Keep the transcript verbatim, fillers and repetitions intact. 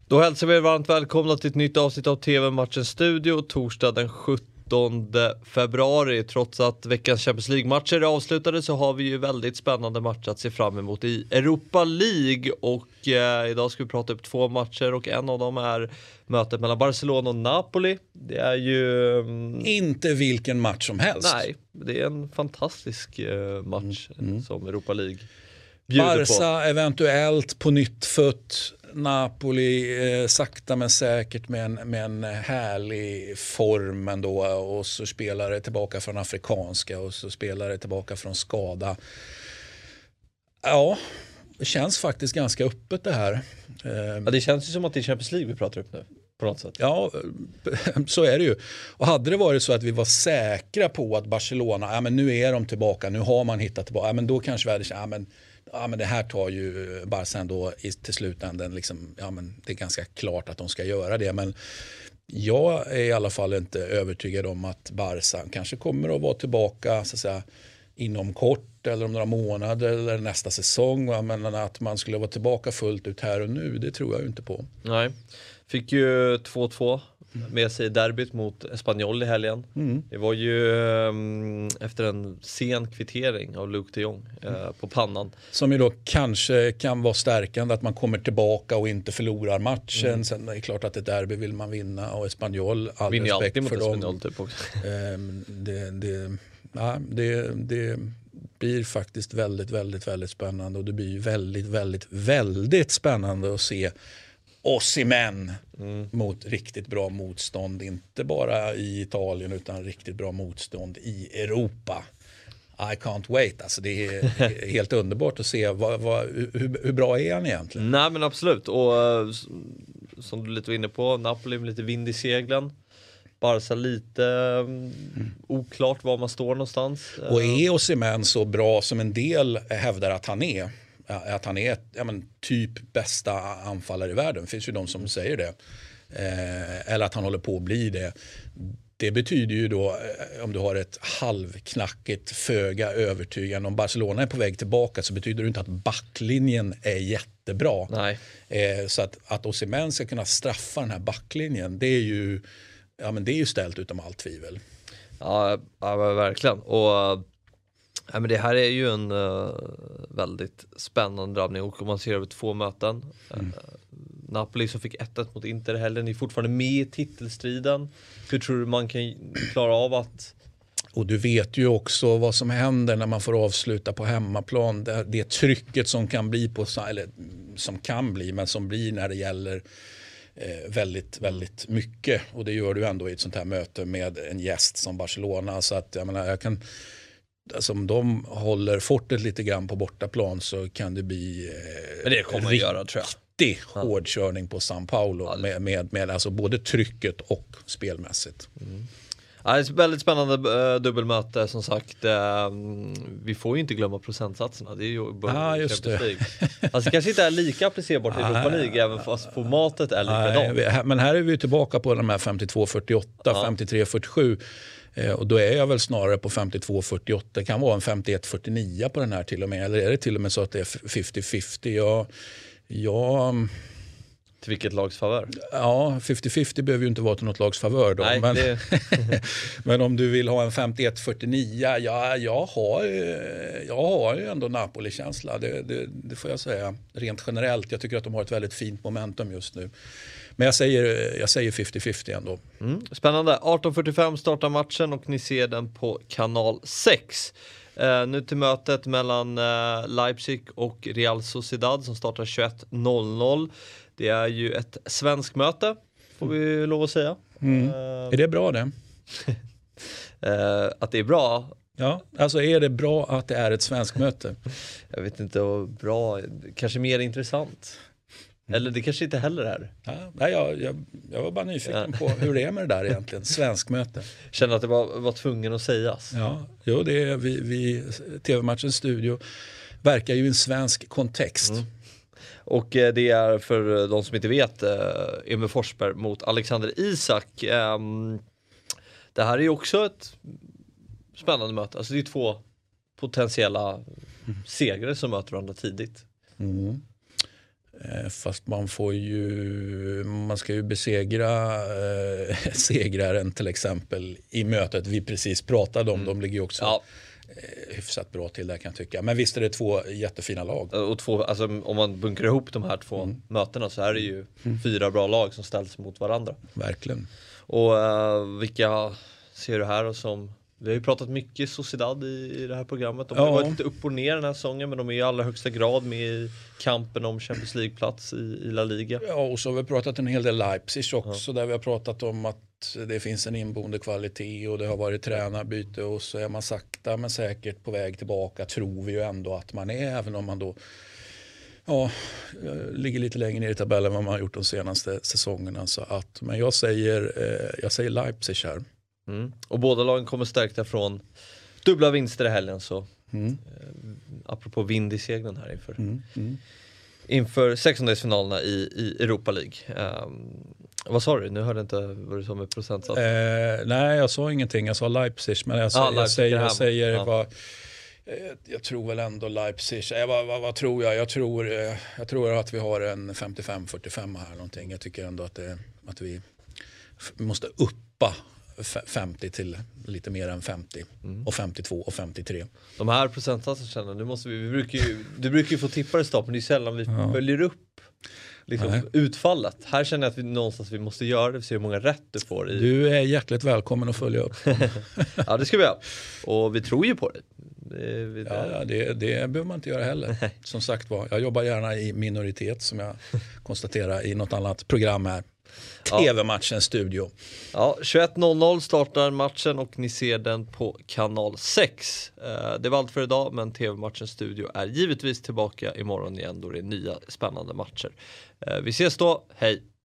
Då hälsar vi er varmt välkomna till ett nytt avsnitt av T V-matchens studio torsdag den sjuttonde februari. Trots att veckans Champions League-matcher är avslutade så har vi ju väldigt spännande matcher att se fram emot i Europa League. Och eh, idag ska vi prata upp två matcher och en av dem är mötet mellan Barcelona och Napoli. Det är ju... Mm, inte vilken match som helst. Nej, det är en fantastisk eh, match mm, mm. som Europa League bjuder Barca på. Eventuellt på nytt fött. Napoli eh, sakta men säkert med en, med en härlig form ändå, och så spelar det tillbaka från afrikanska och så spelar det tillbaka från skada. Ja, det känns faktiskt ganska öppet det här. Eh, ja, det känns ju som att det är Champions League vi pratar upp nu på något sätt. Ja, så är det ju. Och hade det varit så att vi var säkra på att Barcelona, ja men nu är de tillbaka, nu har man hittat tillbaka, ja men då kanske vi hade känt, ja men Ja, men det här tar ju Barca ändå i, till slutändan liksom, ja, men det är ganska klart att de ska göra det, men jag är i alla fall inte övertygad om att Barca kanske kommer att vara tillbaka så att säga, inom kort eller om några månader eller nästa säsong, men att man skulle vara tillbaka fullt ut här och nu, det tror jag ju inte på. Nej, fick ju två två med sig derbyt mot Espanyol i helgen. Mm. Det var ju um, efter en sen kvittering av Luke de Jong uh, på pannan. Som ju då kanske kan vara stärkande att man kommer tillbaka och inte förlorar matchen. Mm. Sen är det klart att ett derby vill man vinna, och Espanyol, all vinner respekt alltid för mot dem. Espanyol typ också. um, det, det, ja, det, det blir faktiskt väldigt, väldigt, väldigt spännande, och det blir väldigt, väldigt, väldigt spännande att se Osimhen mm. mot riktigt bra motstånd, inte bara i Italien utan riktigt bra motstånd i Europa. I can't wait, alltså det är helt underbart att se vad, vad, hur, hur bra är han egentligen? Nej men absolut, och som du lite var inne på, Napoli med lite vind i seglen, Barca lite um, mm. oklart var man står någonstans. Och är Osimhen så bra som en del hävdar att han är, att han är ja, men, typ bästa anfallare i världen, det finns ju de som säger det, eh, eller att han håller på att bli det. Det betyder ju då, om du har ett halvknackigt, föga övertygande, om Barcelona är på väg tillbaka, så betyder det inte att backlinjen är jättebra. Nej. Eh, så att, att Osimhen ska kunna straffa den här backlinjen, det är ju, ja, men det är ju ställt utom allt tvivel. Ja, ja verkligen. Och ja, men det här är ju en uh, väldigt spännande drabbning, och om man ser över två möten. Mm. Uh, Napoli som fick ett ett mot Inter i helgen är fortfarande med i titelstriden. Hur tror du man kan klara av att... Och du vet ju också vad som händer när man får avsluta på hemmaplan. Det, det trycket som kan bli på, eller som kan bli, men som blir när det gäller eh, väldigt, väldigt mycket. Och det gör du ändå i ett sånt här möte med en gäst som Barcelona. Så att jag menar, jag kan... Alltså om de håller fortet lite grann på bortaplan så kan det bli eh, Men det kommer man göra, tror jag. riktig hårdkörning på São Paulo ja, med, med, med alltså både trycket och spelmässigt. Mm. Ja, det är ett väldigt spännande uh, dubbelmöte som sagt. Uh, vi får ju inte glömma procentsatserna. Det är ju ah, just det. Alltså kanske inte är lika applicerbart i Europa League, även fast formatet är likadant. Men här är vi tillbaka på de här femtiotvå fyrtioåtta, ja. femtiotre fyrtiosju. Eh, och då är jag väl snarare på femtiotvå fyrtioåtta. Det kan vara en femtioett fyrtionio på den här till och med. Eller är det till och med så att det är femtio femtio? Jag, jag... Till vilket lags favör? Ja, femtio femtio behöver ju inte vara till något lags favör då. Nej, men, det... men om du vill ha en femtioett fyrtionio, ja, jag, har, jag har ju ändå Napoli-känsla. Det, det, det får jag säga rent generellt. Jag tycker att de har ett väldigt fint momentum just nu. Men jag säger, jag säger femtio femtio ändå. Mm, spännande. arton fyrtiofem startar matchen och ni ser den på kanal sex. Uh, nu till mötet mellan uh, Leipzig och Real Sociedad som startar tjugoett noll noll. Det är ju ett svensk möte, får vi lov att säga. Mm. Uh, är det bra det? uh, att det är bra? Ja, alltså är det bra att det är ett svensk möte? Jag vet inte, vad bra, kanske mer intressant. Eller det kanske inte heller är. Ja, nej, jag, jag, jag var bara nyfiken ja. på hur det är med det där egentligen. Svensk möte. Känner att det var, var tvungen att sägas. Ja, jo, det är vi, vi T V-matchens studio verkar ju i en svensk kontext. Mm. Och eh, det är för de som inte vet eh, Emil Forsberg mot Alexander Isak. Eh, det här är ju också ett spännande möte. Alltså det är två potentiella mm. segrare som möter varandra tidigt. Mm. Eh, fast man får ju, man ska ju besegra eh, segraren till exempel i mötet vi precis pratade om. Mm. De ligger ju också ja. eh, hyfsat bra till där kan jag tycka. Men visst är det två jättefina lag. Och två, alltså, om man bunkrar ihop de här två mm. mötena så är det ju mm. fyra bra lag som ställs mot varandra. Verkligen. Och uh, vilka ser du här och som... Vi har ju pratat mycket Sociedad i, i det här programmet. De har ja. varit lite upp och ner den här säsongen, men de är i allra högsta grad med i kampen om Champions League-plats i, i La Liga. Ja, och så har vi pratat en hel del Leipzig också, ja. där vi har pratat om att det finns en inboende kvalitet och det har varit tränarbyte och så är man sakta men säkert på väg tillbaka, tror vi ju ändå att man är, även om man då ja, ligger lite längre ner i tabellen än vad man har gjort de senaste säsongerna. Så att, men jag säger, jag säger Leipzig här. Mm. Och båda lagen kommer stärkta från dubbla vinster i helgen, så mm. eh, apropå vind i seglen här inför mm. Mm. inför sextondelsfinalerna i, i Europa League. Um, vad sa du? Nu hörde jag inte vad du sa med procentsats. Eh, nej, jag sa ingenting. Jag sa Leipzig, men jag, ah, jag säger, jag, säger ja. vad, eh, jag tror väl ändå Leipzig. Eh, vad, vad, vad tror jag? Jag tror, eh, jag tror att vi har en femtiofem fyrtiofem här någonting. Jag tycker ändå att, det, att vi f- måste uppa femtio till lite mer än femtio mm. och femtiotvå och femtiotre. De här procentsatserna, nu måste vi, vi brukar ju, du brukar ju få tippare start, men det är sällan vi ja. följer upp liksom, utfallet. Här känner jag att vi någonstans vi måste göra det, vi ser hur många rätt du får. I... Du är hjärtligt välkommen att följa upp. Ja, det ska vi göra. Och vi tror ju på det. Det, vi, ja, ja, det, det behöver man inte göra heller. Som sagt var, jag jobbar gärna i minoritet som jag konstaterar i något annat program här. T V-matchen studio. Ja, tjugoett noll noll startar matchen och ni ser den på kanal sex. Eh, det var allt för idag, men T V-matchen studio är givetvis tillbaka imorgon igen då det är nya spännande matcher. Eh, vi ses då, hej!